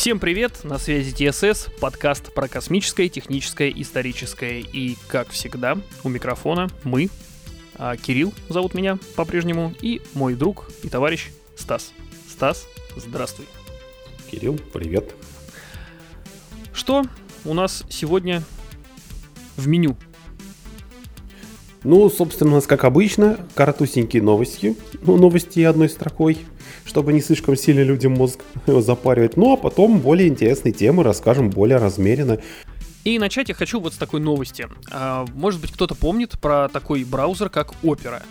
Всем привет, на связи ТСС, подкаст про космическое, техническое, историческое. И, как всегда, у микрофона мы, Кирилл зовут меня по-прежнему, и мой друг и товарищ Стас. Стас, здравствуй. Кирилл, привет. Что у нас сегодня в меню? Ну, собственно, у нас, как обычно, коротусенькие новости. Ну, новости одной строкой, чтобы не слишком сильно людям мозг запаривать. Ну, а потом более интересные темы расскажем более размеренно. И начать я хочу вот с такой новости. Может быть, кто-то помнит про такой браузер, как Opera.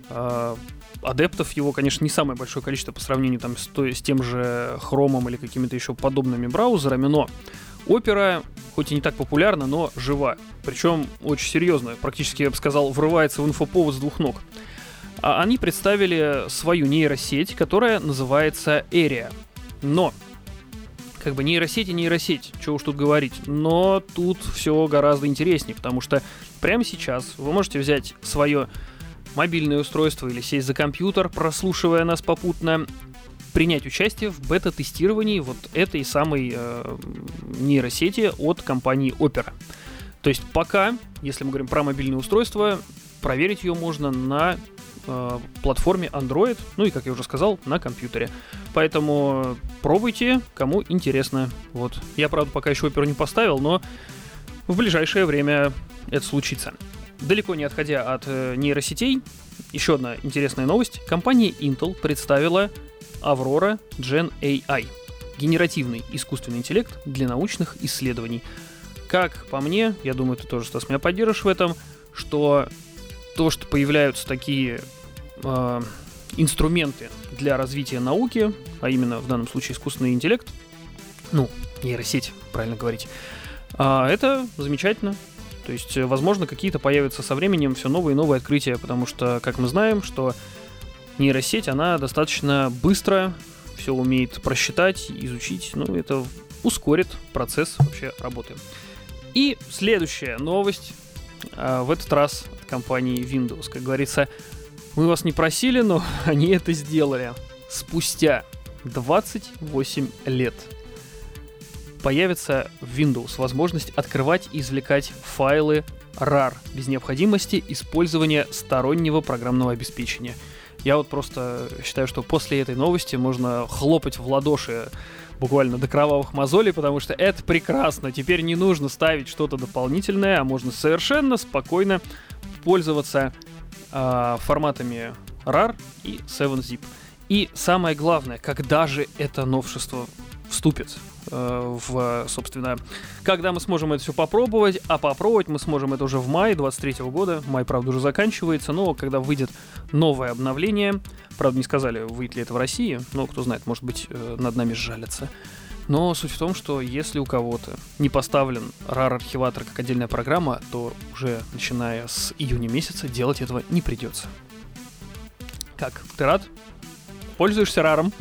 Адептов его, конечно, не самое большое количество по сравнению там, с тем же Chrome или какими-то еще подобными браузерами, но Opera, хоть и не так популярна, но жива. Причем очень серьезно. Практически, я бы сказал, врывается в инфоповод с двух ног. Они представили свою нейросеть, которая называется Area. Но, как бы нейросеть и нейросеть, чего уж тут говорить. Но тут все гораздо интереснее, потому что прямо сейчас вы можете взять свое мобильное устройство или сесть за компьютер, прослушивая нас попутно, принять участие в бета-тестировании вот этой самой нейросети от компании Opera. То есть пока, если мы говорим про мобильное устройство, проверить ее можно на платформе Android, ну и, как я уже сказал, на компьютере. Поэтому пробуйте, кому интересно. Вот. Я, правда, пока еще Opera не поставил, но в ближайшее время это случится. Далеко не отходя от нейросетей, еще одна интересная новость. Компания Intel представила Aurora Gen AI. Генеративный искусственный интеллект для научных исследований. Как по мне, я думаю, ты тоже, Стас, меня поддержишь в этом, что то, что появляются такие инструменты для развития науки, а именно в данном случае искусственный интеллект, ну, нейросеть, правильно говорить, это замечательно. То есть, возможно, какие-то появятся со временем все новые и новые открытия, потому что, как мы знаем, что нейросеть, она достаточно быстро все умеет просчитать, изучить, ну, это ускорит процесс вообще работы. И следующая новость, в этот раз от компании Windows. Как говорится, мы вас не просили, но они это сделали. Спустя 28 лет появится в Windows возможность открывать и извлекать файлы RAR без необходимости использования стороннего программного обеспечения. Я вот просто считаю, что после этой новости можно хлопать в ладоши буквально до кровавых мозолей, потому что это прекрасно. Теперь не нужно ставить что-то дополнительное, а можно совершенно спокойно пользоваться форматами RAR и 7-zip. И самое главное, когда же это новшество вступит собственно, когда мы сможем это все попробовать, а попробовать мы сможем это уже в мае 23 года. Май, правда, уже заканчивается, но когда выйдет новое обновление, правда, не сказали, выйдет ли это в России, но кто знает, может быть, над нами сжалятся. Но суть в том, что если у кого-то не поставлен RAR-архиватор как отдельная программа, то уже начиная с июня месяца делать этого не придется. Как, ты рад? Пользуешься RAR-ом?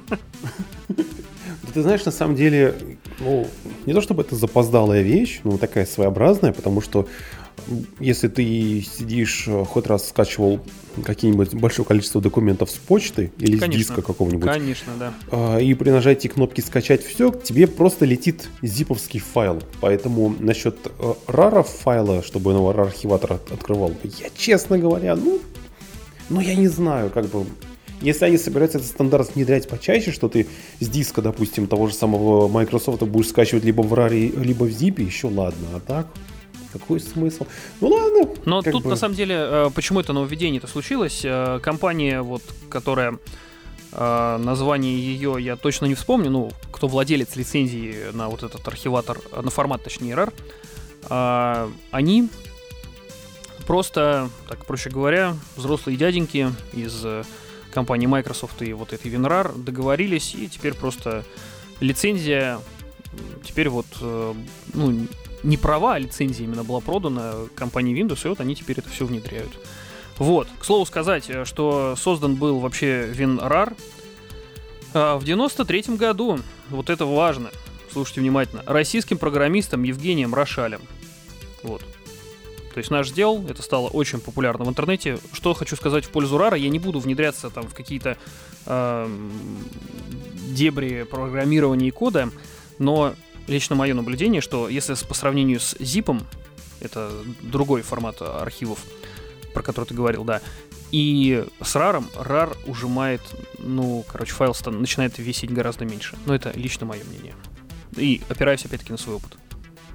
Ты знаешь, на самом деле, ну, не то чтобы это запоздалая вещь, но такая своеобразная, потому что если ты сидишь, хоть раз скачивал какие-нибудь большое количество документов с почты или с диска какого-нибудь, конечно, да. И при нажатии кнопки «Скачать все», к тебе просто летит зиповский файл. Поэтому насчет RAR файла, чтобы его RAR-архиватор открывал, я, честно говоря, ну я не знаю, как бы... Если они собираются этот стандарт внедрять почаще, что ты с диска, допустим, того же самого Microsoft будешь скачивать либо в RAR, либо в ZIP, еще ладно. А так, какой смысл? Ну ладно. Но тут, на самом деле, почему это нововведение-то случилось? Компания, вот, которая, название ее я точно не вспомню, ну, кто владелец лицензии на вот этот архиватор, на формат, точнее, RAR, они просто, так проще говоря, взрослые дяденьки из компании Microsoft и вот этой WinRAR договорились, и теперь просто лицензия, теперь вот, ну, не права, а лицензия именно была продана компании Windows, и вот они теперь это все внедряют. Вот, к слову сказать, что создан был вообще WinRAR в 93-м году, вот это важно, слушайте внимательно, российским программистом Евгением Рошалем. Вот. То есть наш сделал, это стало очень популярно в интернете. Что хочу сказать в пользу RAR, я не буду внедряться там в какие-то дебри программирования и кода, Но лично мое наблюдение, что если по сравнению с ZIP, это другой формат архивов, про который ты говорил, да, и с RAR ужимает, файл начинает весить гораздо меньше. Но это лично мое мнение. И опираюсь опять-таки на свой опыт.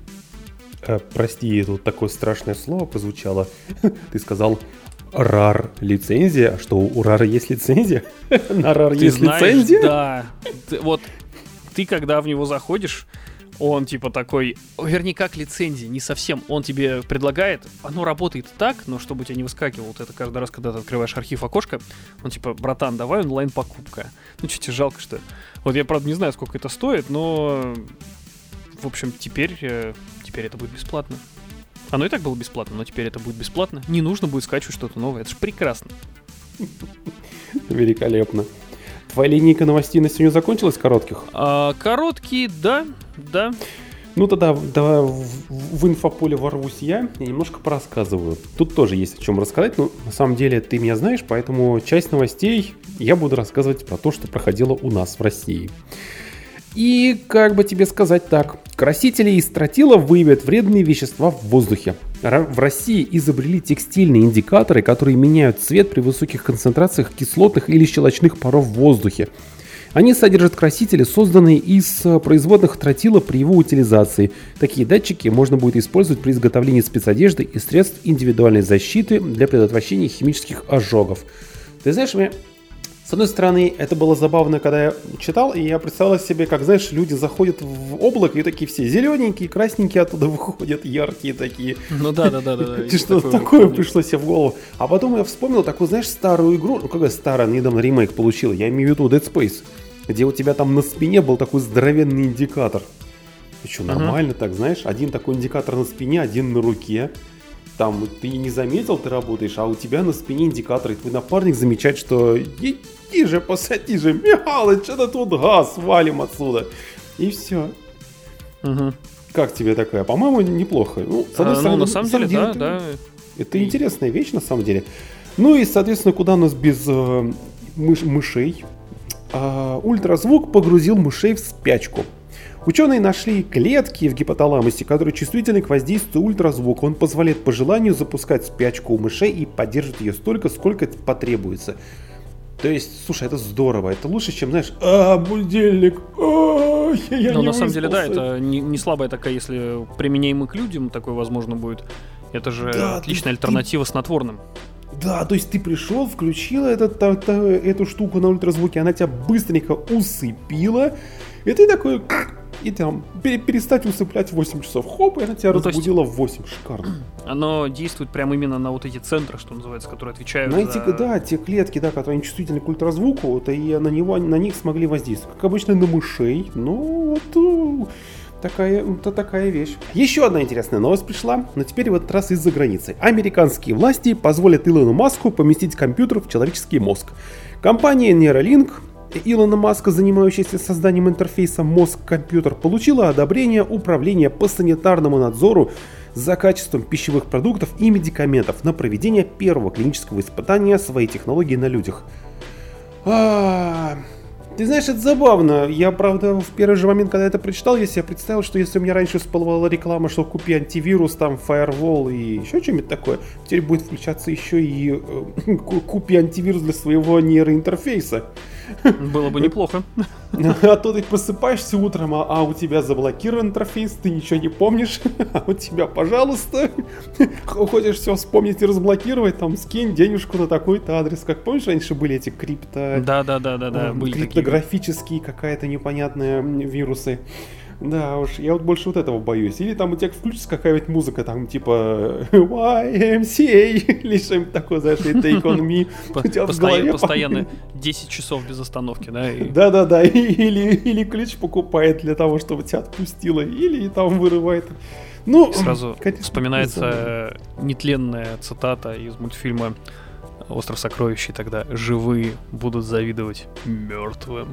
Прости, тут такое страшное слово прозвучало. Ты сказал RAR лицензия. А что, у RAR есть лицензия? На RAR есть лицензия? Да. Вот ты, когда в него заходишь, он типа такой, вернее, как лицензия, не совсем. Он тебе предлагает, оно работает так, но чтобы у тебя не выскакивало вот это каждый раз, когда ты открываешь архив окошко, он типа, братан, давай онлайн-покупка. Ну, что тебе жалко, что ли? Вот я, правда, не знаю, сколько это стоит, но, в общем, теперь это будет бесплатно. Оно и так было бесплатно, но теперь это будет бесплатно. Не нужно будет скачивать что-то новое. Это же прекрасно. Великолепно. Твоя линейка новостей на сегодня закончилась, коротких? Короткие, да. Ну тогда давай в инфополе ворвусь я немножко порассказываю. Тут тоже есть о чем рассказать, но на самом деле ты меня знаешь, поэтому часть новостей я буду рассказывать про то, что проходило у нас в России. И как бы тебе сказать так, красители из тротила выявят вредные вещества в воздухе. В России изобрели текстильные индикаторы, которые меняют цвет при высоких концентрациях кислотных или щелочных паров в воздухе. Они содержат красители, созданные из производных тротила при его утилизации. Такие датчики можно будет использовать при изготовлении спецодежды и средств индивидуальной защиты для предотвращения химических ожогов. Ты знаешь, с одной стороны, это было забавно, когда я читал, и я представлял себе, как, знаешь, люди заходят в облако, и такие все зелененькие, красненькие оттуда выходят, яркие такие. Ну да. Что-то такое пришло себе в голову. А потом я вспомнил такую, знаешь, старую игру, какая старая, недавно ремейк получила, я имею в виду Dead Space, где у тебя там на спине был такой здоровенный индикатор. И что, нормально так, знаешь, один такой индикатор на спине, один на руке. Там ты не заметил, ты работаешь, а у тебя на спине индикатор, и твой напарник замечает, что иди же, посади же, Михалыч, что-то тут газ, валим отсюда. И все. Как тебе такая? По-моему, неплохо. Ну, с одной стороны, на самом деле, да. Это интересная вещь, на самом деле. Ну и, соответственно, куда нас без мышей? Ультразвук погрузил мышей в спячку. Ученые нашли клетки в гипоталамусе, которые чувствительны к воздействию ультразвука. Он позволяет по желанию запускать спячку у мышей и поддерживать ее столько, сколько потребуется. То есть, слушай, это здорово. Это лучше, чем, знаешь, будильник. Ну, на самом деле, да, это не слабая такая, если применяемый к людям, такое возможно будет. Это же отличная альтернатива снотворным. Да, то есть ты пришел, включил эту штуку на ультразвуке, она тебя быстренько усыпила, и ты такой, и там перестать усыплять в 8 часов. Хоп, и она тебя разбудила в 8. Шикарно. Оно действует прямо именно на вот эти центры, что называется, которые отвечают за... те клетки, да, которые чувствительны к ультразвуку, вот, и на них смогли воздействовать. Как обычно, на мышей, но вот... Такая вещь. Еще одна интересная новость пришла, но теперь в этот раз из-за границы. Американские власти позволят Илону Маску поместить компьютер в человеческий мозг. Компания Neuralink, Илона Маска, занимающаяся созданием интерфейса мозг-компьютер, получила одобрение Управления по санитарному надзору за качеством пищевых продуктов и медикаментов на проведение первого клинического испытания своей технологии на людях. Ты знаешь, это забавно. Я, правда, в первый же момент, когда это прочитал, я себе представил, что если у меня раньше всплывала реклама, что купи антивирус, там, firewall и еще что-нибудь такое, теперь будет включаться еще и купи антивирус для своего нейроинтерфейса. Было бы неплохо. А то ты просыпаешься утром, а у тебя заблокирован интерфейс, ты ничего не помнишь, а у тебя, пожалуйста, хочешь все вспомнить и разблокировать, там, скинь денежку на такой-то адрес. Как помнишь, раньше были эти криптографические какая-то непонятные вирусы. Да уж, я вот больше вот этого боюсь. Или там у тебя включится какая-нибудь музыка, там типа YMCA, или что-нибудь такое, знаешь, и Take On Me. Постоянно 10 часов без остановки, да? Да-да-да, или ключ покупает для того, чтобы тебя отпустило, или там вырывает. Ну, сразу вспоминается нетленная цитата из мультфильма «Остров сокровищ», и тогда живые будут завидовать мертвым.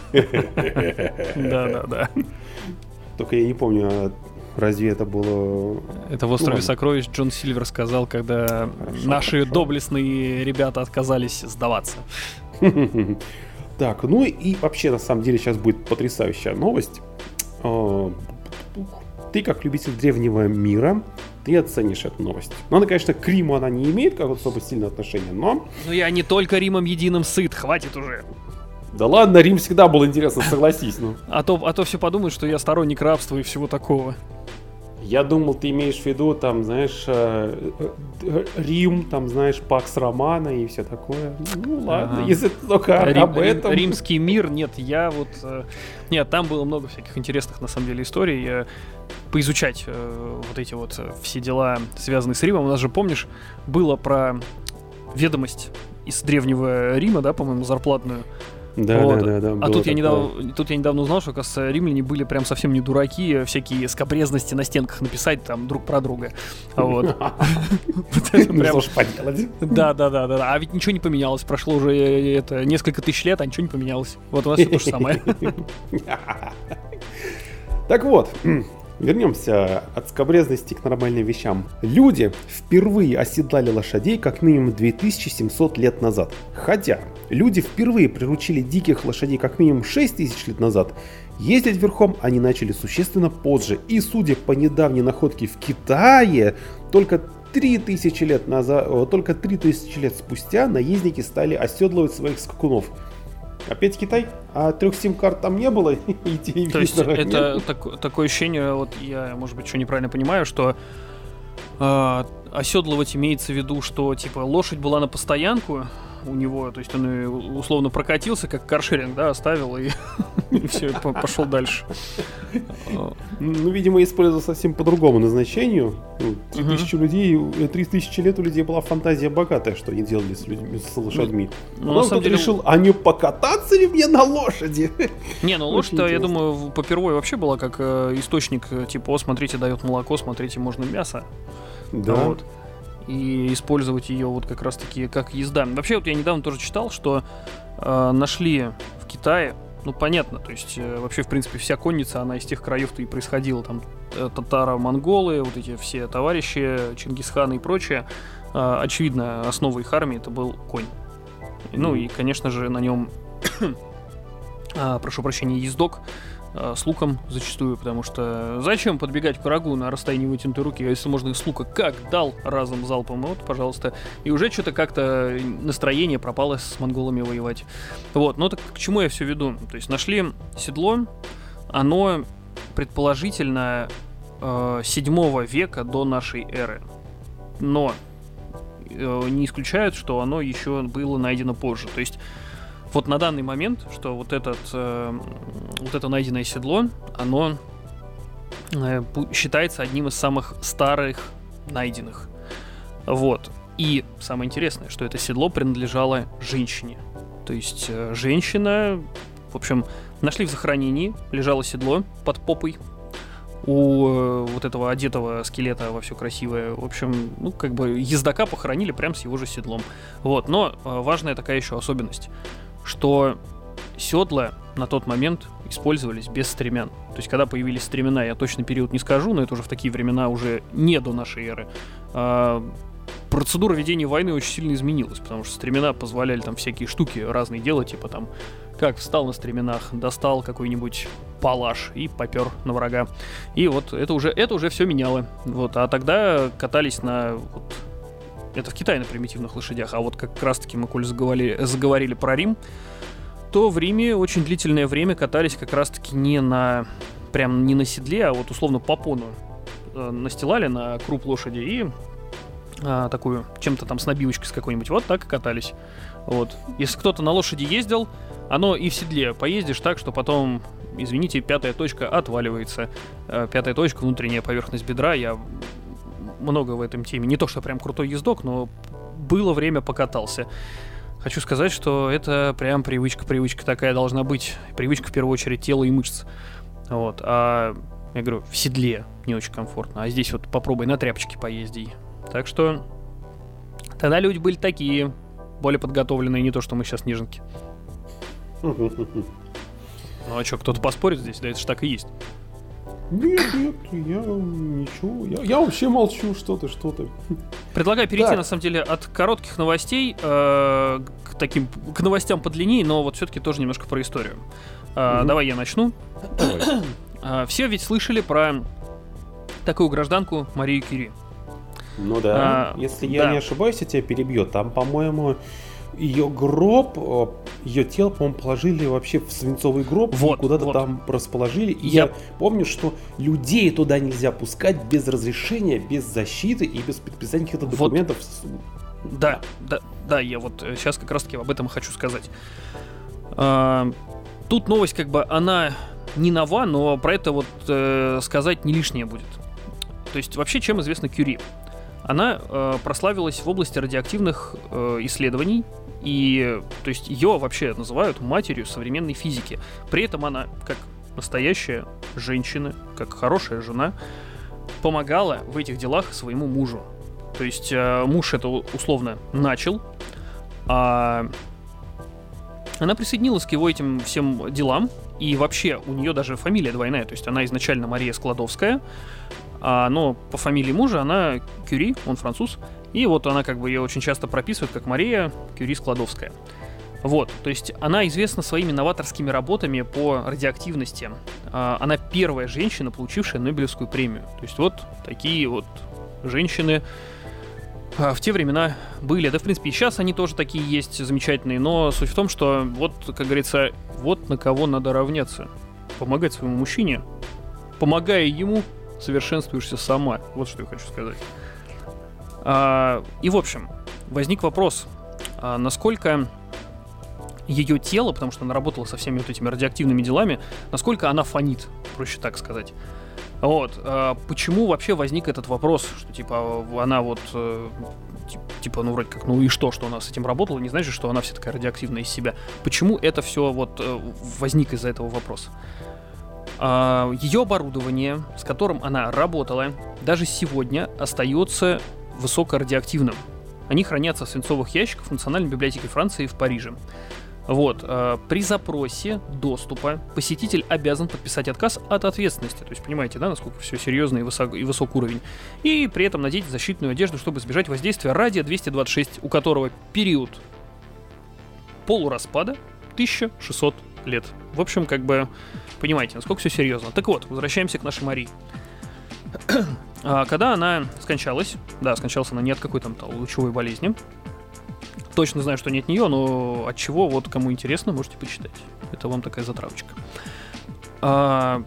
Да. Только я не помню, разве это было... Это в «Острове сокровищ» Джон Сильвер сказал, когда наши доблестные ребята отказались сдаваться. Так, ну и вообще, на самом деле, сейчас будет потрясающая новость. ты как любитель древнего мира, ты оценишь эту новость. Но она, конечно, к Риму она не имеет как особо сильного отношения, но... Ну я не только Римом единым сыт, хватит уже. Да ладно, Рим всегда был интересно, согласись. Ну. А то все подумают, что я сторонник рабства и всего такого. Я думал, ты имеешь в виду, там, знаешь, Рим, там, знаешь, Пакс Романа и все такое. Ну ладно, если ты только об этом. Римский мир, нет, я вот... Нет, там было много всяких интересных, на самом деле, историй. Поизучать вот эти вот все дела, связанные с Римом. У нас же, помнишь, было про ведомость из Древнего Рима, да, по-моему, зарплатную. Да, вот. да. А тут я недавно узнал, что, оказывается, римляне были прям совсем не дураки, всякие скабрезности на стенках написать там друг про друга. Вот. Ну что ж поделать. Да. А ведь ничего не поменялось. Прошло уже несколько тысяч лет, а ничего не поменялось. Вот у нас все то же самое. Так вот, вернемся от скабрезности к нормальным вещам. Люди впервые оседлали лошадей как минимум 2700 лет назад. Хотя люди впервые приручили диких лошадей как минимум 6000 лет назад. Ездить верхом они начали существенно позже. И судя по недавней находке в Китае, только 3000 лет лет спустя наездники стали оседлывать своих скакунов. Опять Китай? А 3 сим-карт там не было? То есть это такое ощущение, вот я, может быть, что неправильно понимаю, что оседлывать имеется в виду, что типа лошадь была на постоянку у него, то есть он условно прокатился, как каршеринг, да, оставил и все, пошел дальше. Ну, видимо, использовал совсем по другому назначению. 3000 лет у людей была фантазия богатая, что они делали с лошадьми. Но кто-то решил, а не покататься ли мне на лошади? Не, ну лошадь-то, я думаю, попервой вообще была как источник, типа, смотрите, дает молоко, смотрите, можно мясо. Да. Вот. И использовать ее вот как раз-таки как езда. Вообще, вот я недавно тоже читал, что нашли в Китае, ну, понятно, то есть вообще, в принципе, вся конница, она из тех краев-то и происходила, там, татаро-монголы, вот эти все товарищи, Чингисханы и прочее. Очевидно, основой их армии это был конь. Ну, и, конечно же, на нем, прошу прощения, ездок, с луком зачастую, потому что зачем подбегать к врагу на расстоянии вытянутой руки, если можно и с лука как дал разом залпом, вот, пожалуйста, и уже что-то как-то настроение пропало с монголами воевать. Вот, но так к чему я все веду? То есть нашли седло, оно предположительно 7 века до нашей эры, но не исключают, что оно еще было найдено позже, то есть вот на данный момент, что вот это найденное седло, оно считается одним из самых старых найденных. Вот. И самое интересное, что это седло принадлежало женщине. То есть женщина, в общем, нашли в захоронении, лежало седло под попой у вот этого одетого скелета во все красивое. В общем, ну, как бы ездока похоронили прямо с его же седлом. Вот. Но важная такая еще особенность, что седла на тот момент использовались без стремян. То есть, когда появились стремена, я точно период не скажу, но это уже в такие времена уже не до нашей эры. Процедура ведения войны очень сильно изменилась, потому что стремена позволяли там всякие штуки разные делать, типа там, как встал на стременах, достал какой-нибудь палаш и попер на врага. И вот это уже все меняло. Вот. А тогда катались на... Вот, это в Китае на примитивных лошадях, а вот как раз-таки мы, коль заговорили про Рим, то в Риме очень длительное время катались как раз-таки не на седле, а вот условно попону настилали на круп лошади и такую, чем-то там с набивочкой с какой-нибудь, вот так и катались. Вот. Если кто-то на лошади ездил, оно и в седле поездишь так, что потом, извините, 5-я точка отваливается. 5-я точка, внутренняя поверхность бедра, я много в этом теме. Не то, что прям крутой ездок, но было время, покатался. Хочу сказать, что это прям привычка такая должна быть. Привычка, в первую очередь, тела и мышц. Вот. А я говорю, в седле не очень комфортно. А здесь вот попробуй на тряпочке поезди. Так что тогда люди были такие, более подготовленные, не то, что мы сейчас неженки. Ну а что, кто-то поспорит здесь? Да это ж так и есть. Нет, я ничего. Я вообще молчу, что-то. Предлагаю перейти, на самом деле, от коротких новостей к новостям подлиннее, но вот все-таки тоже немножко про историю. Давай я начну. Давай. Все ведь слышали про такую гражданку Марию Кюри. Ну да, если я не ошибаюсь, я тебя перебью. Там, по-моему, ее гроб, ее тело, по-моему, положили вообще в свинцовый гроб и куда-то там расположили. И я помню, что людей туда нельзя пускать без разрешения, без защиты и без подписания каких-то документов. Да, я вот сейчас как раз-таки об этом хочу сказать. Тут новость как бы, она не нова, но про это вот сказать не лишнее будет. То есть вообще чем известна Кюри? Она прославилась в области радиоактивных исследований, и то есть ее вообще называют матерью современной физики. При этом она, как настоящая женщина, как хорошая жена, помогала в этих делах своему мужу. То есть муж это условно начал, а она присоединилась к его этим всем делам, и вообще у нее даже фамилия двойная, то есть она изначально Мария Складовская, но по фамилии мужа она Кюри, он француз, и вот она как бы ее очень часто прописывает как Мария Кюри Складовская. Вот, то есть она известна своими новаторскими работами по радиоактивности. Она первая женщина, получившая Нобелевскую премию. То есть вот такие вот женщины в те времена были. Да, в принципе, и сейчас они тоже такие есть замечательные, но суть в том, что вот, как говорится, вот на кого надо равняться. Помогать своему мужчине, помогая ему, совершенствуешься сама. Вот что я хочу сказать. И, в общем, возник вопрос, насколько ее тело, потому что она работала со всеми вот этими радиоактивными делами, насколько она фонит, проще так сказать. Вот. Почему вообще возник этот вопрос, что, типа, она вот, типа, ну, вроде как, ну и что она с этим работала, не значит, что она вся такая радиоактивная из себя. Почему это все вот возник из-за этого вопроса? Ее оборудование, с которым она работала, даже сегодня остается высокорадиоактивным. Они хранятся в свинцовых ящиках в Национальной библиотеке Франции в Париже. Вот. При запросе доступа посетитель обязан подписать отказ от ответственности. То есть, понимаете, да, насколько все серьезно и высок уровень. И при этом надеть защитную одежду, чтобы избежать воздействия радия-226, у которого период полураспада 1600 лет. В общем, как бы, понимаете, насколько все серьезно. Так вот, возвращаемся к нашей Марии. Когда она скончалась, да, скончалась она не от какой там лучевой болезни. Точно знаю, что не от нее, но от чего, вот кому интересно, можете почитать. Это вам такая затравочка. В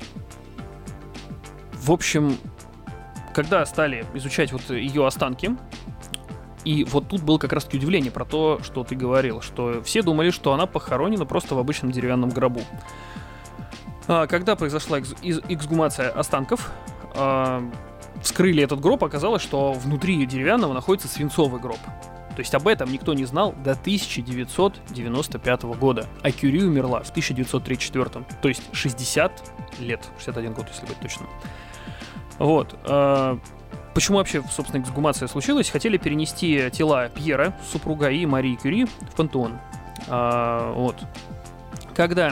общем, когда стали изучать вот ее останки, и вот тут было как раз-таки удивление про то, что ты говорил, что все думали, что она похоронена просто в обычном деревянном гробу. Когда произошла эксгумация останков, вскрыли этот гроб, оказалось, что внутри деревянного находится свинцовый гроб. То есть об этом никто не знал до 1995 года. А Кюри умерла в 1934. То есть 60 лет. 61 год, если быть точным. Вот. Почему вообще, собственно, эксгумация случилась? Хотели перенести тела Пьера, супруга, и Марии Кюри в пантеон. Вот. Когда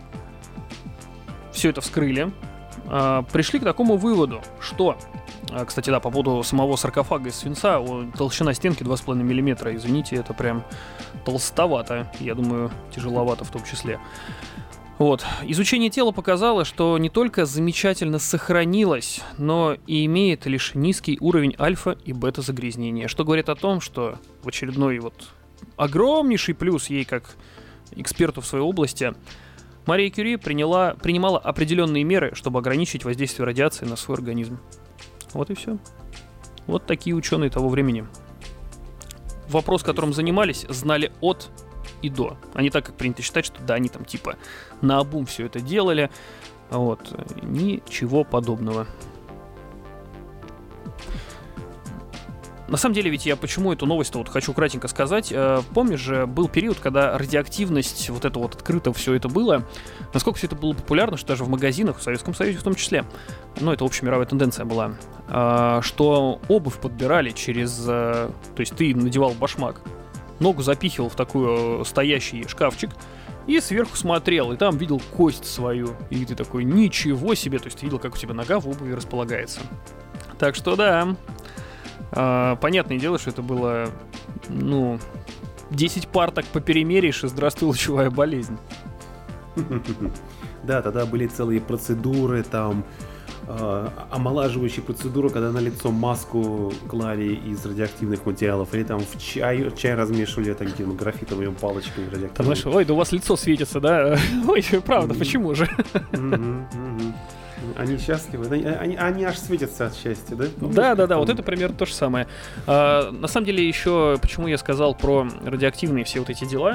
все это вскрыли, пришли к такому выводу, что... Кстати, да, по поводу самого саркофага из свинца, толщина стенки 2,5 мм. Извините, это прям толстовато. Я думаю, тяжеловато в том числе. Вот. Изучение тела показало, что не только замечательно сохранилось, но и имеет лишь низкий уровень альфа и бета загрязнения. Что говорит о том, что в очередной вот огромнейший плюс ей как эксперту в своей области, Мария Кюри принимала определенные меры, чтобы ограничить воздействие радиации на свой организм. Вот и все. Вот такие ученые того времени. Вопрос, которым занимались, знали от и до. А не так, как принято считать, что да, они там типа наобум все это делали. Вот. Ничего подобного. На самом деле, ведь я почему эту новость-то вот хочу кратенько сказать. Помнишь же, был период, когда радиоактивность, вот это вот открыто все это было. Насколько все это было популярно, что даже в магазинах, в Советском Союзе в том числе, ну, это общемировая тенденция была, что обувь подбирали через... То есть ты надевал башмак, ногу запихивал в такой стоящий шкафчик и сверху смотрел, и там видел кость свою. И ты такой, ничего себе, то есть ты видел, как у тебя нога в обуви располагается. Так что да... понятное дело, что это было, 10 пар так поперемеришь, и здравствуй, лучевая болезнь. Да, тогда были целые процедуры, там, омолаживающие процедуры, когда на лицо маску клали из радиоактивных материалов, или там в чай размешивали такими графитовыми палочками радиоактивными. Там, знаешь, ой, да у вас лицо светится, да? Ой, правда, почему же? Они счастливы, они аж светятся от счастья, да? Да, вот это примерно то же самое. На самом деле еще, почему я сказал про радиоактивные все вот эти дела,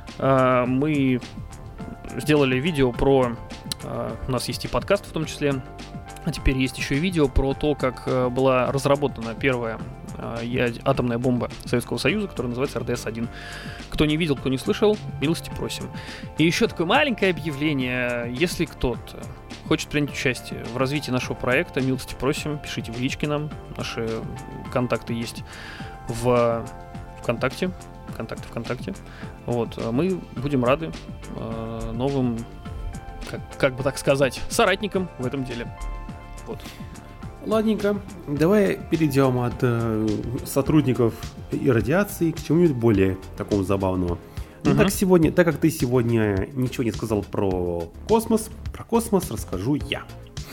мы сделали видео про... У нас есть и подкаст в том числе, а теперь есть еще и видео про то, как была разработана первая атомная бомба Советского Союза, которая называется РДС-1. Кто не видел, кто не слышал, милости просим. И еще такое маленькое объявление. Если кто-то хочет принять участие в развитии нашего проекта, милости просим, пишите в лички нам. Наши контакты есть в ВКонтакте. ВКонтакте. Вот. Мы будем рады новым, как бы так сказать, соратникам в этом деле. Вот. Ладненько, давай перейдем от сотрудников и радиации к чему-нибудь более такому забавному. Ну, так как ты сегодня ничего не сказал про космос расскажу я.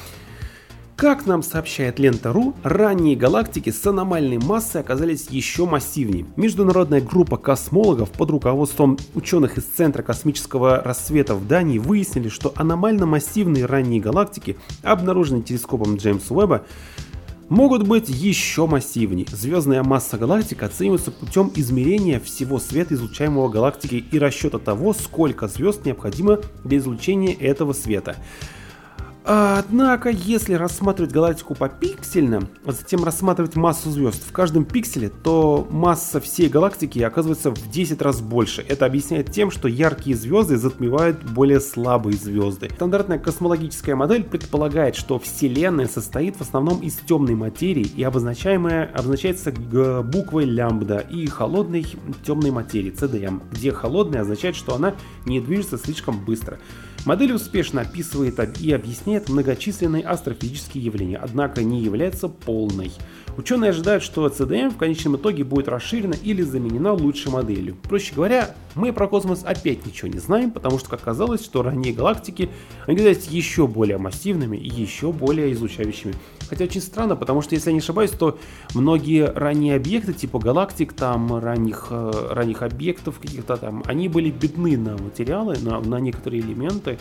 Как нам сообщает Лента.ру, ранние галактики с аномальной массой оказались еще массивнее. Международная группа космологов под руководством ученых из Центра космического рассвета в Дании выяснили, что аномально массивные ранние галактики, обнаруженные телескопом Джеймса Уэбба, могут быть еще массивнее. Звездная масса галактик оценивается путем измерения всего света, излучаемого галактикой, и расчета того, сколько звезд необходимо для излучения этого света. Однако, если рассматривать галактику попиксельно, а затем рассматривать массу звезд в каждом пикселе, то масса всей галактики оказывается в 10 раз больше. Это объясняет тем, что яркие звезды затмевают более слабые звезды. Стандартная космологическая модель предполагает, что Вселенная состоит в основном из темной материи и обозначается буквой лямбда, и холодной темной материи CDM, где холодная означает, что она не движется слишком быстро. Модель успешно описывает и объясняет многочисленные астрофизические явления, однако не является полной. Ученые ожидают, что CDM в конечном итоге будет расширена или заменена лучшей моделью. Проще говоря, мы про космос опять ничего не знаем, потому что оказалось, что ранние галактики оказались еще более массивными и еще более излучающими. Хотя очень странно, потому что, если я не ошибаюсь, то многие ранние объекты типа галактик, там ранних объектов каких-то там, они были бедны на материалы, на некоторые элементы.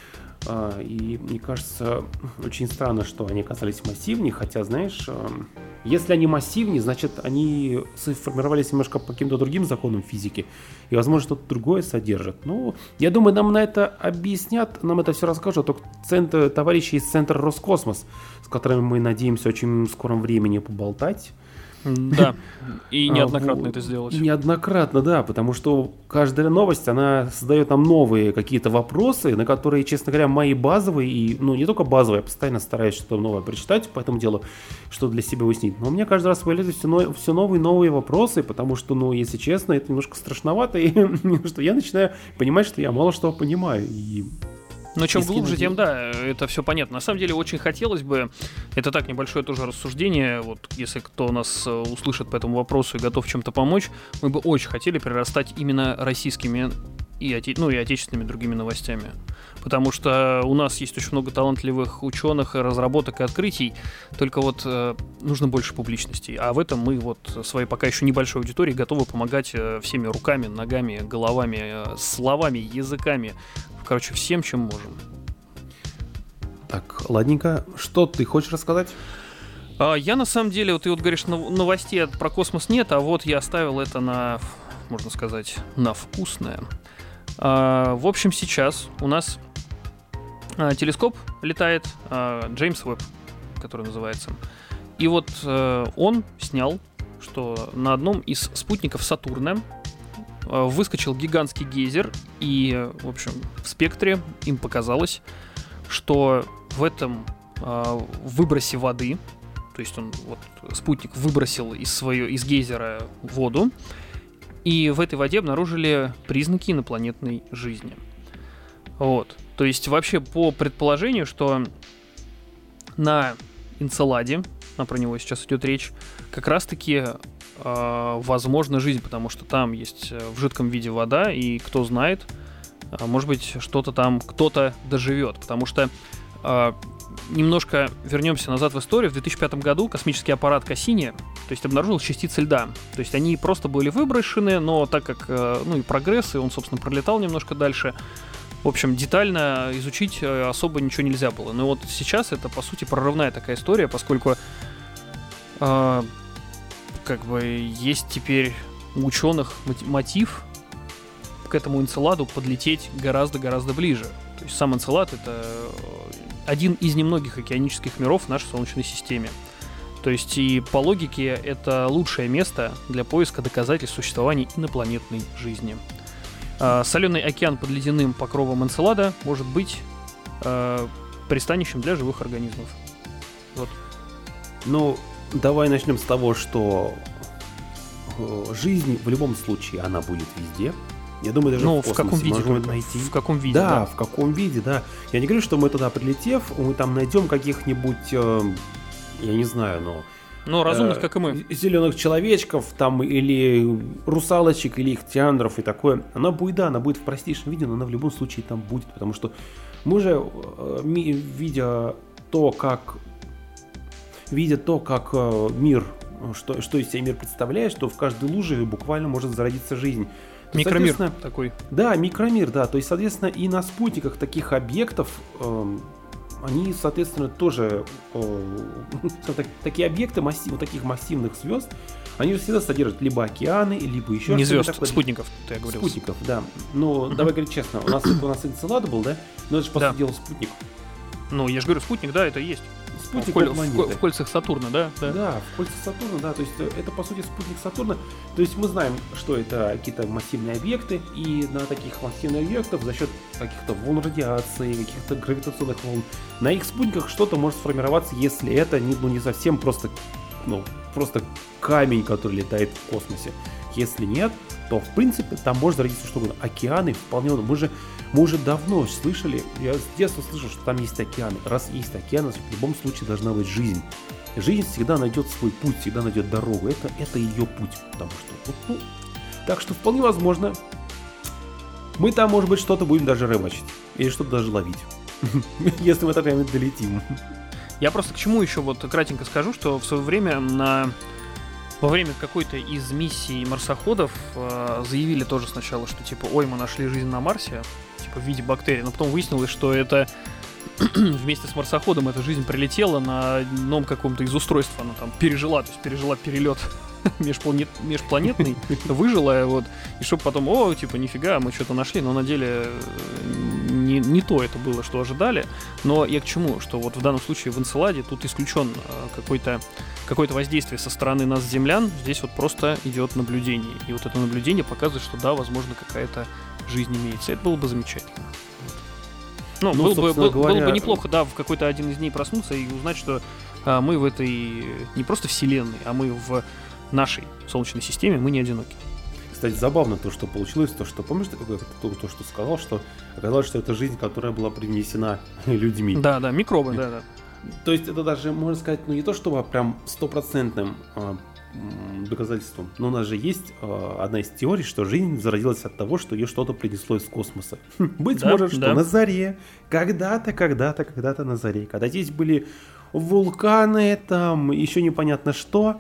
И мне кажется, очень странно, что они оказались массивнее, хотя, знаешь, если они массивнее, значит, они сформировались немножко по каким-то другим законам физики, и, возможно, что-то другое содержат. Ну, я думаю, нам на это объяснят, нам это все расскажут только товарищи из Центра Роскосмос, с которыми мы надеемся очень в скором времени поболтать. Да, и неоднократно это сделать. Неоднократно, да, потому что каждая новость, она создает нам новые какие-то вопросы, на которые, честно говоря, мои базовые, и, не только базовые, я постоянно стараюсь что-то новое прочитать по этому делу, что для себя выяснить. Но у меня каждый раз появляются все новые и новые вопросы, потому что, если честно, это немножко страшновато, и что я начинаю понимать, что я мало что понимаю, и... Но чем глубже, тем да, это все понятно. На самом деле очень хотелось бы, это так, небольшое тоже рассуждение, вот если кто нас услышит по этому вопросу и готов чем-то помочь, мы бы очень хотели прирастать именно российскими и отечественными другими новостями. Потому что у нас есть очень много талантливых ученых, разработок и открытий, только нужно больше публичности. А в этом мы своей пока еще небольшой аудитории готовы помогать всеми руками, ногами, головами, словами, языками. Короче, всем, чем можем. Так, ладненько. Что ты хочешь рассказать? Я на самом деле, ты говоришь, новостей про космос нет, а я оставил это на, можно сказать, на вкусное. В общем, сейчас у нас телескоп летает, Джеймс Уэбб, который называется. И он снял, что на одном из спутников Сатурна выскочил гигантский гейзер, и, в общем, в спектре им показалось, что в этом выбросе воды, то есть спутник выбросил из гейзера воду, и в этой воде обнаружили признаки инопланетной жизни. То есть вообще по предположению, что на Энцеладе, про него сейчас идет речь, как раз-таки возможна жизнь, потому что там есть в жидком виде вода, и кто знает, может быть, что-то там кто-то доживет, потому что немножко вернемся назад в историю. В 2005 году космический аппарат Кассини, то есть, обнаружил частицы льда. То есть они просто были выброшены, но так как, и прогресс, и он, собственно, пролетал немножко дальше, в общем, детально изучить особо ничего нельзя было. Но вот сейчас это, по сути, прорывная такая история, поскольку есть теперь у ученых мотив к этому Энцеладу подлететь гораздо-гораздо ближе. То есть сам Энцелад — это один из немногих океанических миров в нашей Солнечной системе. То есть и по логике это лучшее место для поиска доказательств существования инопланетной жизни. Соленый океан под ледяным покровом Энцелада может быть пристанищем для живых организмов. Вот. Ну, давай начнем с того, что жизнь в любом случае, она будет везде. Я думаю, даже в космосе можем это найти. В каком виде? Да, в каком виде, да. Я не говорю, что мы туда прилетев, мы там найдем каких-нибудь, я не знаю, но разумных, как и мы. Зеленых человечков, там, или русалочек, или ихтиандров и такое. Она будет в простейшем виде, но она в любом случае там будет, потому что мы же, видя то, как мир, что из себя мир представляет, что в каждой луже буквально может зародиться жизнь. Микромир такой. Да, микромир, да. То есть, соответственно, и на спутниках таких объектов, они, соответственно, тоже такие объекты, таких массивных звезд, они всегда содержат либо океаны, либо еще не звезд, такое. Спутников, ты говорил. Спутников, да. Но давай говорить честно, у нас Энцелад был, да? Но это же, по сути дела, спутник. Ну, я же говорю, спутник, да, это и есть. Спутник в кольцах Сатурна, да? Да, в кольцах Сатурна, да. То есть это, по сути, спутник Сатурна. То есть мы знаем, что это какие-то массивные объекты, и на таких массивных объектах за счет каких-то волн радиации, каких-то гравитационных волн, на их спутниках что-то может сформироваться, если это не совсем просто камень, который летает в космосе. Если нет, то, в принципе, там может зародиться что-то. Океаны вполне... Мы уже давно слышали, я с детства слышал, что там есть океаны. Раз есть океаны, в любом случае должна быть жизнь. Жизнь всегда найдет свой путь, всегда найдет дорогу. Это ее путь. Потому что, так что вполне возможно, мы там, может быть, что-то будем даже рыбачить. Или что-то даже ловить. Если мы так прямо долетим. Я просто к чему еще кратенько скажу, что в свое время во время какой-то из миссий марсоходов заявили тоже сначала, что типа, мы нашли жизнь на Марсе, типа в виде бактерий, но потом выяснилось, что это вместе с марсоходом эта жизнь прилетела на одном каком-то из устройств, она там пережила перелет межпланетный, выжила, и чтобы потом, нифига, мы что-то нашли, но на деле не то это было, что ожидали. Но я к чему? Что в данном случае в Энцеладе тут исключен какое-то воздействие со стороны нас, землян, здесь просто идет наблюдение. И это наблюдение показывает, что да, возможно, какая-то жизнь имеется. Это было бы замечательно. Было бы неплохо, да, в какой-то один из дней проснуться и узнать, что мы в этой не просто вселенной, а мы в нашей Солнечной системе, мы не одиноки. Кстати, забавно то, что получилось, помнишь, то, что сказал, что оказалось, что это жизнь, которая была привнесена людьми. Да, микробы, да. То есть это даже, можно сказать, не то чтобы прям стопроцентным доказательством, но у нас же есть одна из теорий, что жизнь зародилась от того, что ее что-то принесло из космоса. Быть может, что на заре, когда-то на заре, когда здесь были вулканы, там еще непонятно что,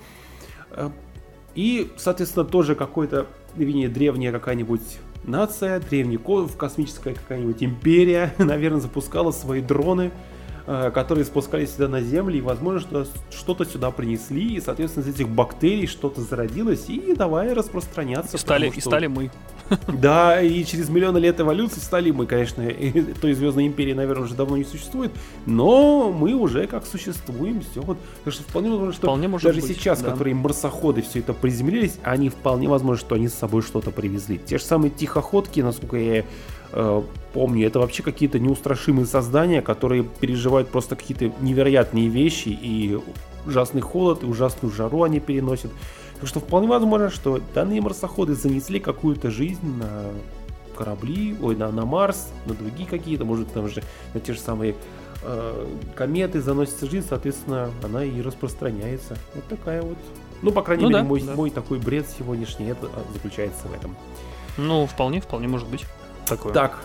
и, соответственно, тоже какой-то, древняя какая-нибудь нация, космическая какая-нибудь империя, наверное, запускала свои дроны, которые спускались сюда на Землю, и, возможно, что-то сюда принесли, и, соответственно, из этих бактерий что-то зародилось, и давай распространяться. И стали мы. Да, и через миллионы лет эволюции стали мы, конечно, той Звездной империи, наверное, уже давно не существует, но мы уже как существуем, все. Так что вполне возможно, что даже сейчас, которые марсоходы все это приземлились, они вполне возможно, что они с собой что-то привезли. Те же самые тихоходки, насколько я помню, это вообще какие-то неустрашимые создания, которые переживают просто какие-то невероятные вещи, и ужасный холод, и ужасную жару они переносят. Так что вполне возможно, что данные марсоходы занесли какую-то жизнь на корабли, на Марс, на другие какие-то, может, там же на те же самые кометы заносится жизнь, соответственно, она и распространяется. Вот такая вот. По крайней мере, мой такой бред сегодняшний, это заключается в этом. Вполне может быть. Такое. Так,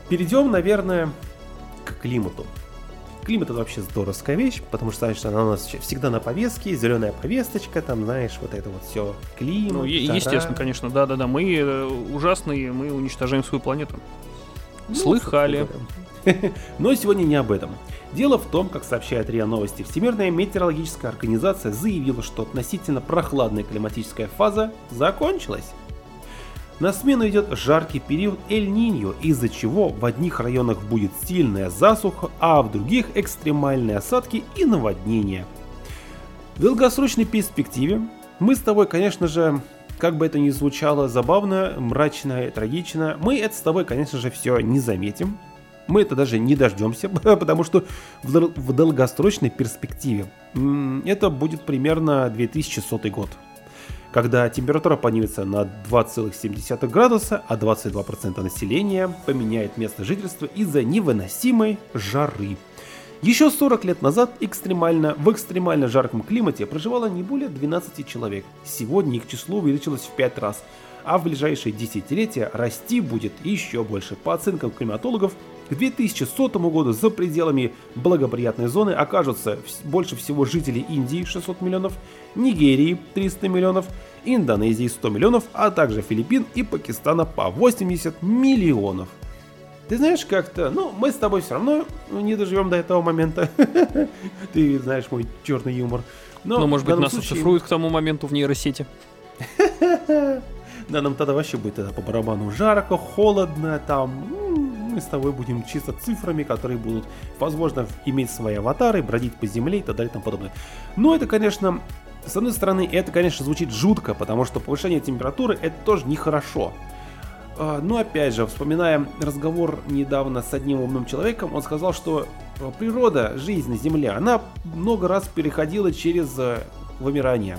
перейдем, наверное, к климату. Климат — это вообще здоровская вещь, потому что, знаешь, она у нас всегда на повестке, зеленая повесточка, там, знаешь, вот это вот все, климат, Ну, естественно, конечно, да-да-да, мы ужасные, мы уничтожаем свою планету. Слыхали. Но сегодня не об этом. Дело в том, как сообщает РИА Новости, Всемирная метеорологическая организация заявила, что относительно прохладная климатическая фаза закончилась. На смену идет жаркий период Эль-Ниньо, из-за чего в одних районах будет сильная засуха, а в других экстремальные осадки и наводнения. В долгосрочной перспективе мы с тобой, конечно же, как бы это ни звучало забавно, мрачно и трагично, мы это с тобой, конечно же, все не заметим. Мы это даже не дождемся, потому что в долгосрочной перспективе это будет примерно 2100 год, когда температура поднимется на 2,7 градуса, а 22% населения поменяет место жительства из-за невыносимой жары. Еще 40 лет назад в экстремально жарком климате проживало не более 12 человек. Сегодня их число увеличилось в 5 раз, а в ближайшие десятилетия расти будет еще больше. По оценкам климатологов, к 2100 году за пределами благоприятной зоны окажутся больше всего жителей Индии — 600 миллионов, Нигерии — 300 миллионов, Индонезии — 100 миллионов, а также Филиппин и Пакистана по 80 миллионов. Ты знаешь, как-то, мы с тобой все равно не доживем до этого момента. Ты знаешь мой черный юмор. Но может быть, нас оцифруют к тому моменту в нейросети. Да, нам тогда вообще будет по барабану жарко, холодно, там, мы с тобой будем чисто цифрами, которые будут, возможно, иметь свои аватары, бродить по земле и так далее и тому подобное. Но это, конечно, с одной стороны, это, конечно, звучит жутко, потому что повышение температуры — это тоже нехорошо. Но опять же, вспоминая разговор недавно с одним умным человеком, он сказал, что природа, жизнь на Земле, она много раз переходила через вымирание.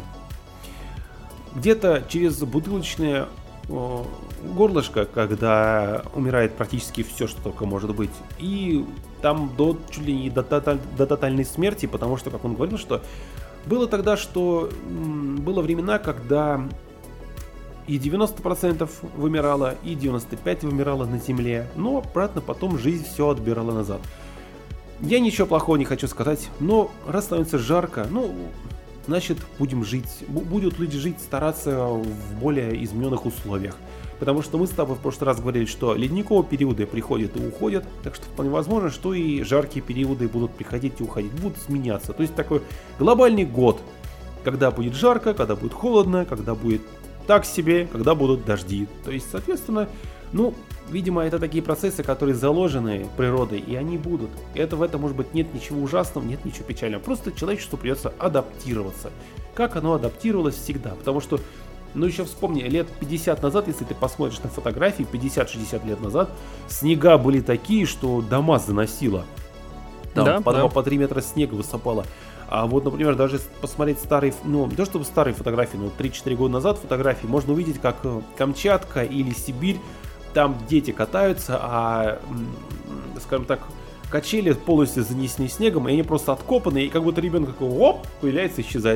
Где-то через бутылочное горлышко, когда умирает практически все, что только может быть. И там чуть ли не до тотальной смерти, потому что, как он говорил, что было тогда, что было времена, когда и 90% вымирало, и 95% вымирало на Земле, но обратно потом жизнь все отбирала назад. Я ничего плохого не хочу сказать, но раз становится жарко, значит, будут люди жить, стараться в более измененных условиях. Потому что мы с тобой в прошлый раз говорили, что ледниковые периоды приходят и уходят, так что вполне возможно, что и жаркие периоды будут приходить и уходить, будут сменяться. То есть такой глобальный год, когда будет жарко, когда будет холодно, когда будет так себе, когда будут дожди. То есть, соответственно, видимо, это такие процессы, которые заложены природой, и они будут. В этом, может быть, нет ничего ужасного, нет ничего печального. Просто человечеству придется адаптироваться. Как оно адаптировалось всегда. Потому что, еще вспомни, лет 50 назад, если ты посмотришь на фотографии, 50-60 лет назад, снега были такие, что дома заносило. Там по 2-3 метра снега высыпало. А вот, например, даже посмотреть старые, не то чтобы старые фотографии, но 3-4 года назад фотографии, можно увидеть, как Камчатка или Сибирь, там дети катаются, а, скажем так, качели полностью занесены снегом, и они просто откопаны, и как будто ребенок появляется, исчезает.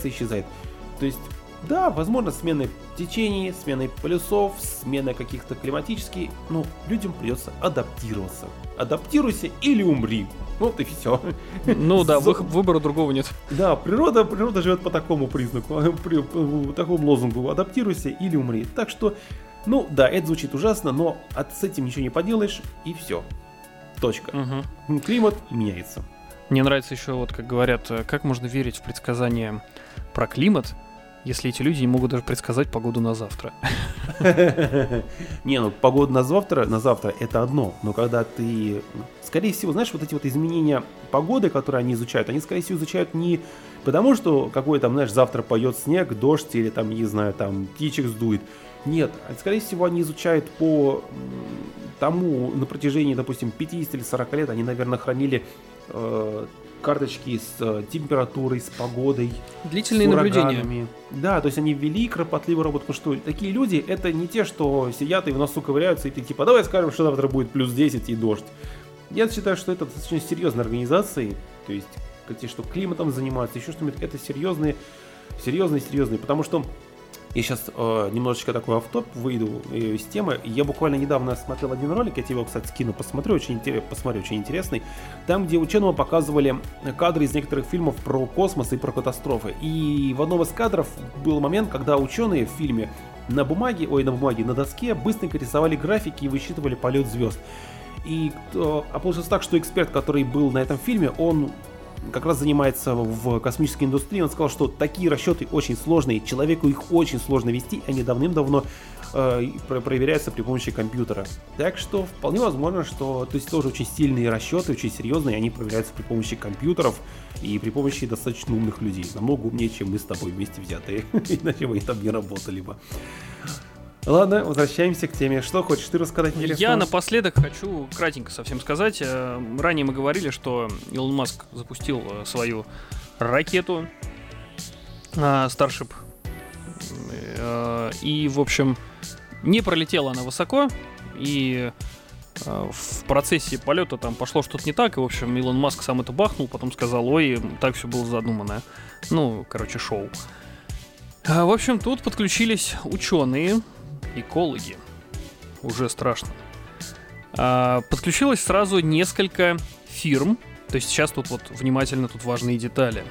То есть, да, возможно, смены течений, смены полюсов, смена каких-то климатических, людям придется адаптироваться. Адаптируйся или умри. Вот и все. Выбора другого нет. Да, природа живет по такому признаку, по такому лозунгу: адаптируйся или умри. Так что, это звучит ужасно, но с этим ничего не поделаешь, и все. Точка. Климат меняется. Мне нравится еще, как говорят, как можно верить в предсказания про климат, если эти люди не могут даже предсказать погоду на завтра. Погода на завтра это одно, но когда ты, скорее всего, знаешь, вот эти вот изменения погоды, которые они изучают, они, скорее всего, изучают не потому, что какой там, знаешь, завтра пойдет снег, дождь или там, не знаю, там птичек сдует. Нет, скорее всего, они изучают по тому, на протяжении, допустим, 50 или 40 лет, они, наверное, хранили карточки с температурой, с погодой, длительные с наблюдения. Да, то есть они ввели кропотливую работу, потому что такие люди, это не те, что сидят и в носу ковыряются, и ты типа, давай скажем, что завтра будет плюс 10 и дождь. Я считаю, что это достаточно серьезные организации, то есть те, что климатом занимаются, еще что-нибудь, это серьезные, потому что Я сейчас немножечко такой автоп выйду из темы. Я буквально недавно смотрел один ролик, я тебе его, кстати, скину, посмотри, очень интересный. Там, где ученого показывали кадры из некоторых фильмов про космос и про катастрофы. И в одном из кадров был момент, когда ученые в фильме на доске быстренько рисовали графики и высчитывали полет звезд. И получилось так, что эксперт, который был на этом фильме, он как раз занимается в космической индустрии, он сказал, что такие расчеты очень сложные, человеку их очень сложно вести, они давным-давно проверяются при помощи компьютера. Так что вполне возможно, что то есть тоже очень сильные расчеты, очень серьезные, они проверяются при помощи компьютеров и при помощи достаточно умных людей. Намного умнее, чем мы с тобой вместе взятые, иначе мы там не работали бы. Ладно, возвращаемся к теме. Что хочешь ты рассказать интересного? Я напоследок хочу кратенько совсем сказать. Ранее мы говорили, что Илон Маск запустил свою ракету Starship. И, в общем, не пролетела она высоко. И в процессе полета там пошло что-то не так. И, в общем, Илон Маск сам это бахнул. Потом сказал, ой, так все было задумано. Ну, короче, шоу. В общем, тут подключились ученые, экологи. Уже страшно. Подключилось сразу несколько фирм. То есть сейчас тут вот внимательно, тут важные детали.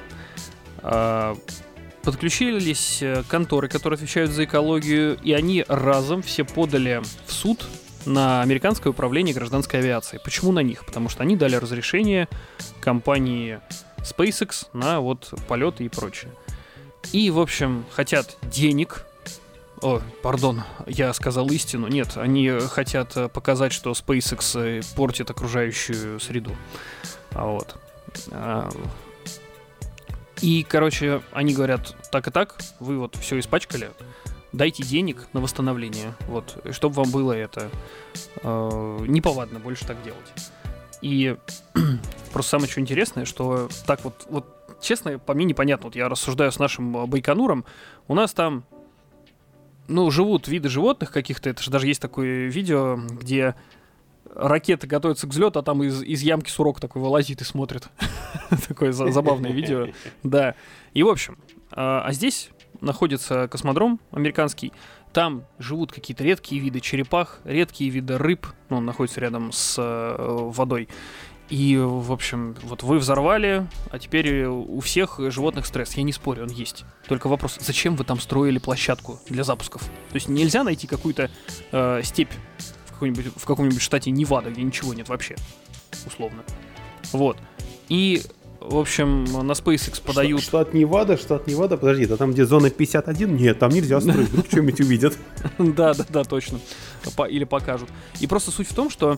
Подключились конторы, которые отвечают за экологию, и они разом все подали в суд на Американское управление гражданской авиации. Почему на них? Потому что они дали разрешение компании SpaceX на вот полеты и прочее. И, в общем, хотят денег. Я сказал истину. Нет, они хотят показать, что SpaceX портит окружающую среду. Вот. И, короче, они говорят, так и так, вы вот все испачкали, дайте денег на восстановление, вот, чтобы вам было это неповадно больше так делать. И просто самое что интересное, что так вот честно, по мне непонятно, вот я рассуждаю с нашим Байконуром, у нас там, живут виды животных каких-то, это же даже есть такое видео, где ракета готовится к взлету, а там из ямки сурок такой вылазит и смотрит. Такое забавное видео. Да. И, в общем, здесь находится космодром американский. Там живут какие-то редкие виды черепах, редкие виды рыб. Он находится рядом с водой. И, в общем, вот вы взорвали, а теперь у всех животных стресс. Я не спорю, он есть. Только вопрос, зачем вы там строили площадку для запусков? То есть нельзя найти какую-то степь в каком-нибудь штате Невада, где ничего нет вообще, условно. Вот. И, в общем, на SpaceX подают... Штат Невада, подожди, это там, где зона 51? Нет, там нельзя строить, вдруг что-нибудь увидят. Да, точно. Или покажут. И просто суть в том, что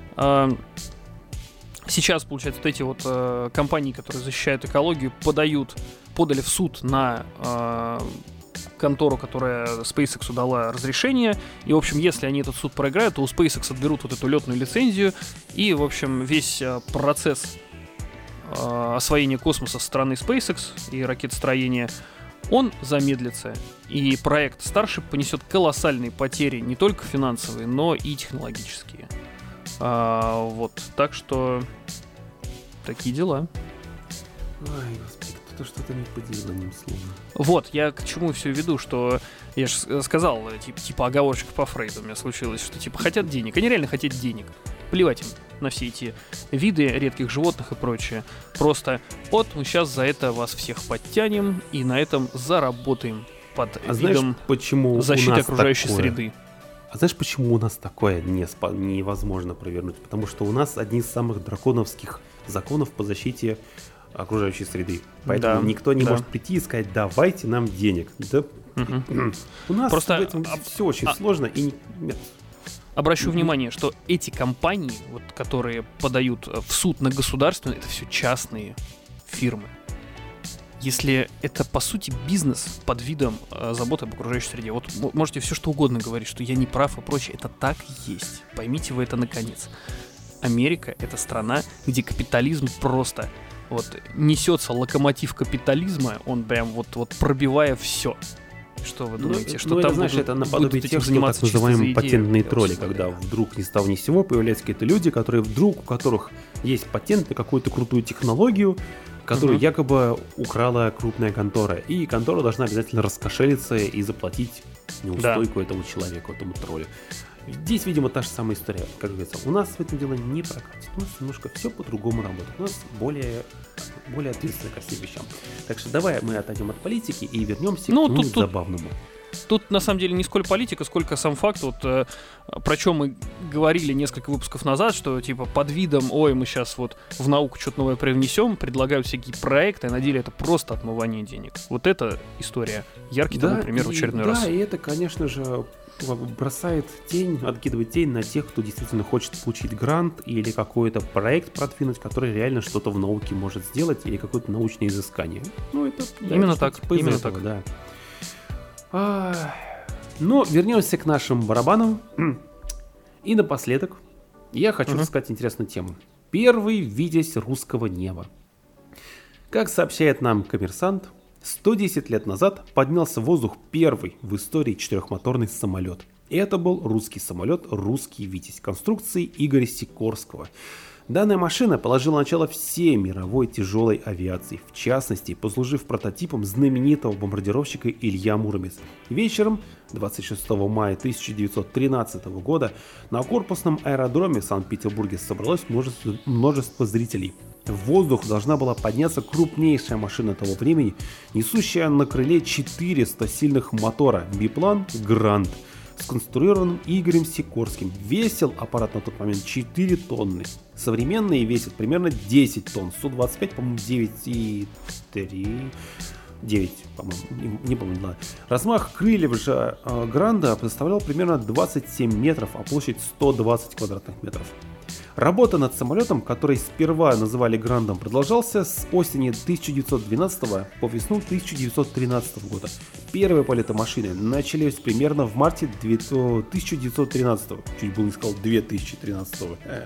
сейчас, получается, вот эти вот компании, которые защищают экологию, подали в суд на контору, которая SpaceX дала разрешение. И, в общем, если они этот суд проиграют, то у SpaceX отберут вот эту летную лицензию. И, в общем, весь процесс освоения космоса со стороны SpaceX и ракетостроения, он замедлится. И проект Starship понесет колоссальные потери, не только финансовые, но и технологические. Вот. Так что такие дела. Ой, господи, кто-то что-то не поделил, одним словом. Вот, я к чему все веду, что я же сказал, типа оговорочка по Фрейду у меня случилась, что типа хотят денег, они реально хотят денег. Плевать им на все эти виды редких животных и прочее. Просто мы сейчас за это вас всех подтянем и на этом заработаем под видом защиты окружающей среды. А знаешь, почему у нас такое невозможно провернуть? Потому что у нас одни из самых драконовских законов по защите окружающей среды. Поэтому никто не может прийти и сказать, давайте нам денег. Да. У нас просто в этом все очень сложно. И нет. Обращу внимание, что эти компании, вот, которые подают в суд на государственные, это все частные фирмы. Если это, по сути, бизнес под видом заботы об окружающей среде. Вот можете все что угодно говорить, что я не прав и прочее. Это так и есть. Поймите вы это наконец. Америка — это страна, где капитализм просто несется локомотив капитализма, он прям вот пробивая все. Что вы думаете? Что там знаешь, это наподобие тех, что так называемые патентные тролли, когда вдруг ни с того ни с сего появляются какие-то люди, у которых есть патент на какую-то крутую технологию, которую якобы украла крупная контора. И контора должна обязательно раскошелиться и заплатить неустойку этому человеку, этому троллю. Здесь, видимо, та же самая история. Как говорится, у нас в этом дело не прокатит. У нас немножко все по-другому работает. У нас более ответственно ко всем вещам. Так что давай мы отойдем от политики и вернемся к забавному. Тут на самом деле не сколько политика, сколько сам факт, вот про чем мы говорили несколько выпусков назад, что типа под видом, мы сейчас вот в науку что-то новое привнесем, предлагают всякие проекты, а на деле это просто отмывание денег. Вот эта история. Яркий тому пример в очередной раз. Да, и это, конечно же, откидывает тень на тех, кто действительно хочет получить грант или какой-то проект продвинуть, который реально что-то в науке может сделать, или какое-то научное изыскание. Это именно так, именно так. Да. Но вернемся к нашим барабанам. И напоследок я хочу рассказать интересную тему. Первый витязь русского неба. Как сообщает нам «Коммерсант», 110 лет назад поднялся в воздух первый в истории четырехмоторный самолет. И это был русский самолет «Русский Витязь» конструкции Игоря Сикорского. Данная машина положила начало всей мировой тяжелой авиации, в частности, послужив прототипом знаменитого бомбардировщика Илья Муромец. Вечером 26 мая 1913 года на корпусном аэродроме в Санкт-Петербурге собралось множество зрителей. В воздух должна была подняться крупнейшая машина того времени, несущая на крыле 400 сильных мотора биплан «Грант», сконструирован Игорем Сикорским. Весил аппарат на тот момент 4 тонны. Современные весят примерно 10 тонн. 125, по-моему, 9,3... 9, по-моему, не помню, да. Размах крыльев же Гранда составлял примерно 27 метров, а площадь 120 квадратных метров. Работа над самолетом, который сперва называли Грандом, продолжался с осени 1912 по весну 1913 года. Первые полеты машины начались примерно в марте 1913. Чуть было не сказал 2013.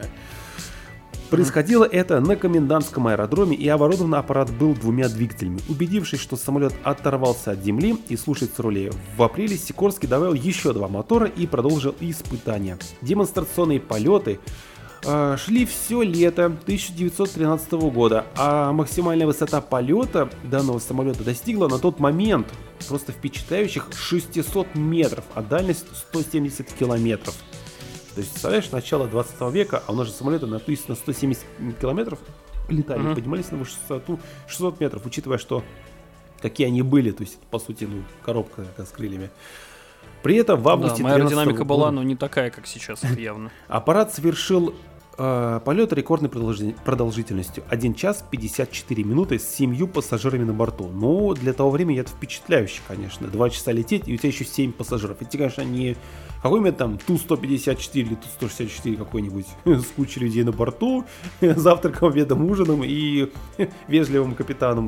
Происходило это на комендантском аэродроме, и оборудован аппарат был двумя двигателями. Убедившись, что самолет оторвался от земли и слушается рулей, в апреле Сикорский добавил еще 2 мотора и продолжил испытания. Демонстрационные полеты шли все лето 1913 года, а максимальная высота полета данного самолета достигла на тот момент просто впечатляющих 600 метров, а дальность 170 километров. То есть, представляешь, начало 20 века, а у нас же самолеты на 170 километров летали, поднимались на высоту 600 метров, учитывая, что какие они были, то есть, по сути, коробка с крыльями. При этом в августе 13 аэродинамика была, но не такая, как сейчас, явно. Аппарат совершил полет рекордной продолжительностью 1 час 54 минуты с 7 пассажирами на борту. Ну, для того времени это впечатляюще, конечно. 2 часа лететь, и у тебя еще 7 пассажиров. Это, конечно, не какой-нибудь там Ту-154 или Ту-164 какой-нибудь с кучей людей на борту, завтраком, обедом, ужином и вежливым капитаном.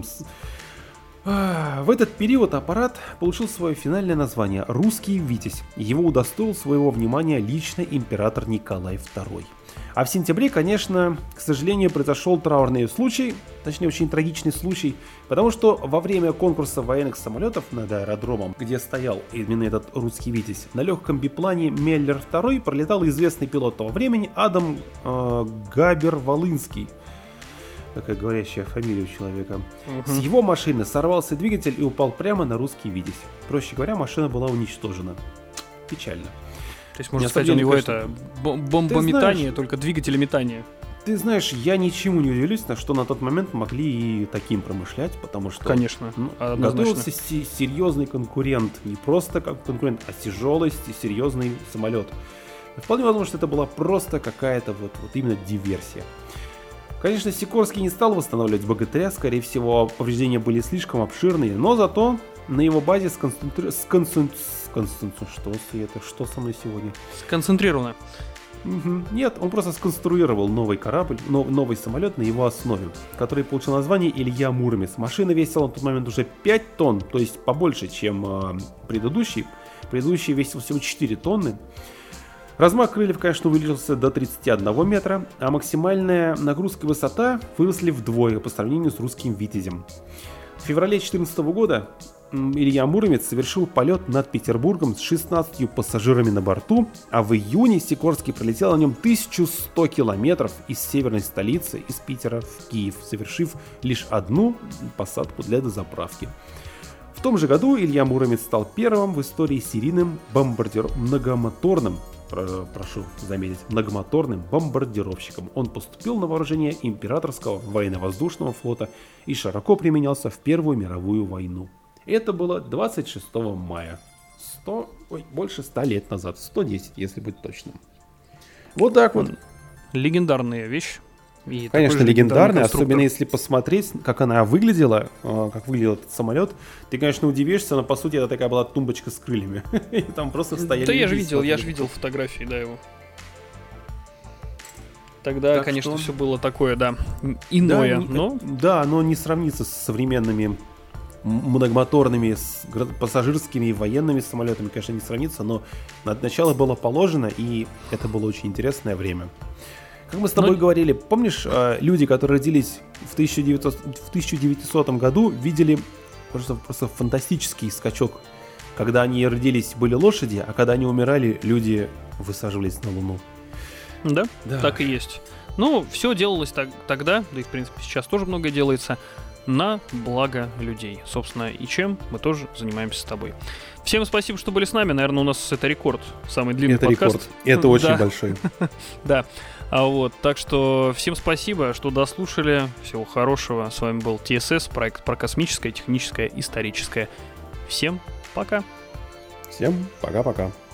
В этот период аппарат получил свое финальное название «Русский Витязь». Его удостоил своего внимания лично император Николай II. А в сентябре, конечно, к сожалению, произошел траурный случай, точнее очень трагичный случай, потому что во время конкурса военных самолетов над аэродромом, где стоял именно этот «Русский Витязь», на легком биплане Меллер II пролетал известный пилот того времени Адам Габер-Волынский. Такая говорящая фамилия у человека. С его машины сорвался двигатель и упал прямо на «Русский Витязь». Проще говоря, машина была уничтожена. Печально. То есть, можно сказать, у него это бомбометание, только двигателеметание. Ты знаешь, я ничему не удивлюсь, что на тот момент могли и таким промышлять, потому что конечно, готовился серьезный конкурент. Не просто как конкурент, а тяжелый и серьезный самолет. Вполне возможно, что это была просто какая-то вот именно диверсия. Конечно, Сикорский не стал восстанавливать богатыря, скорее всего, повреждения были слишком обширные, но зато на его базе что со мной сегодня? Сконцентрировано. Нет, он просто сконструировал новый корабль, новый самолет на его основе, который получил название Илья Муромец. Машина весила на тот момент уже 5 тонн, то есть побольше, чем предыдущий. Предыдущий весил всего 4 тонны. Размах крыльев, конечно, увеличился до 31 метра, а максимальная нагрузка и высота выросли вдвое по сравнению с «Русским Витязем». В феврале 2014 года Илья Муромец совершил полет над Петербургом с 16 пассажирами на борту, а в июне Сикорский пролетел на нем 1100 километров из северной столицы, из Питера в Киев, совершив лишь одну посадку для дозаправки. В том же году Илья Муромец стал первым в истории серийным многомоторным бомбардировщиком. Он поступил на вооружение Императорского военно-воздушного флота и широко применялся в Первую мировую войну. Это было 26 мая. Больше 100 лет назад. 110, если быть точным. Вот так вот. Легендарная вещь. И конечно, легендарная, особенно если посмотреть, как она выглядела, как выглядел этот самолет. Ты, конечно, удивишься, но по сути это такая была тумбочка с крыльями. И там просто стояли. Да я же видел фотографии, да, его. Тогда, так конечно, что... все было такое, да, иное. Да, но не сравнится с современными многомоторными, с пассажирскими и военными самолетами, конечно, не сравнится, но начало было положено, и это было очень интересное время. Как мы с тобой говорили, помнишь, люди, которые родились в 1900 году, видели просто фантастический скачок. Когда они родились, были лошади, а когда они умирали, люди высаживались на Луну. Да, так и есть. Ну, все делалось тогда, да и, в принципе, сейчас тоже многое делается, на благо людей. Собственно, и чем мы тоже занимаемся с тобой. Всем спасибо, что были с нами. Наверное, у нас это рекорд, самый длинный подкаст. Это рекорд. Это очень большой. Да. Так что всем спасибо, что дослушали. Всего хорошего. С вами был ТСС, проект про космическое, техническое, историческое. Всем пока. Всем пока-пока.